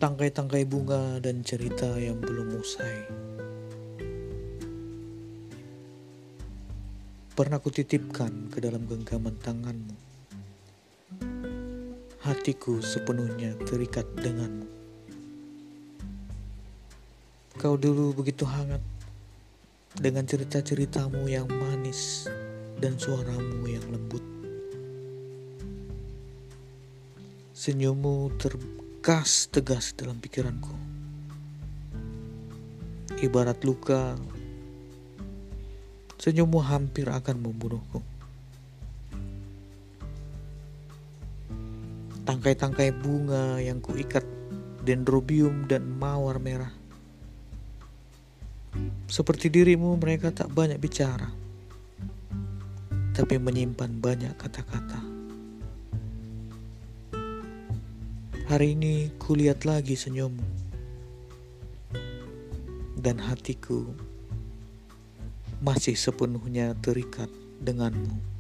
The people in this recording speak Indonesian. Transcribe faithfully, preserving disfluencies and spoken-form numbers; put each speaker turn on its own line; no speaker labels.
tangkai-tangkai bunga dan cerita yang belum usai. Pernah kutitipkan ke dalam genggaman tanganmu. Hatiku sepenuhnya terikat denganmu. Kau dulu begitu hangat dengan cerita-ceritamu yang manis dan suaramu yang lembut. Senyummu terbekas tegas dalam pikiranku. Ibarat luka, senyummu hampir akan membunuhku. Tangkai-tangkai bunga yang kuikat dendrobium dan mawar merah. Seperti dirimu, mereka tak banyak bicara, tapi menyimpan banyak kata-kata. Hari ini kulihat lagi senyummu, dan hatiku masih sepenuhnya terikat denganmu.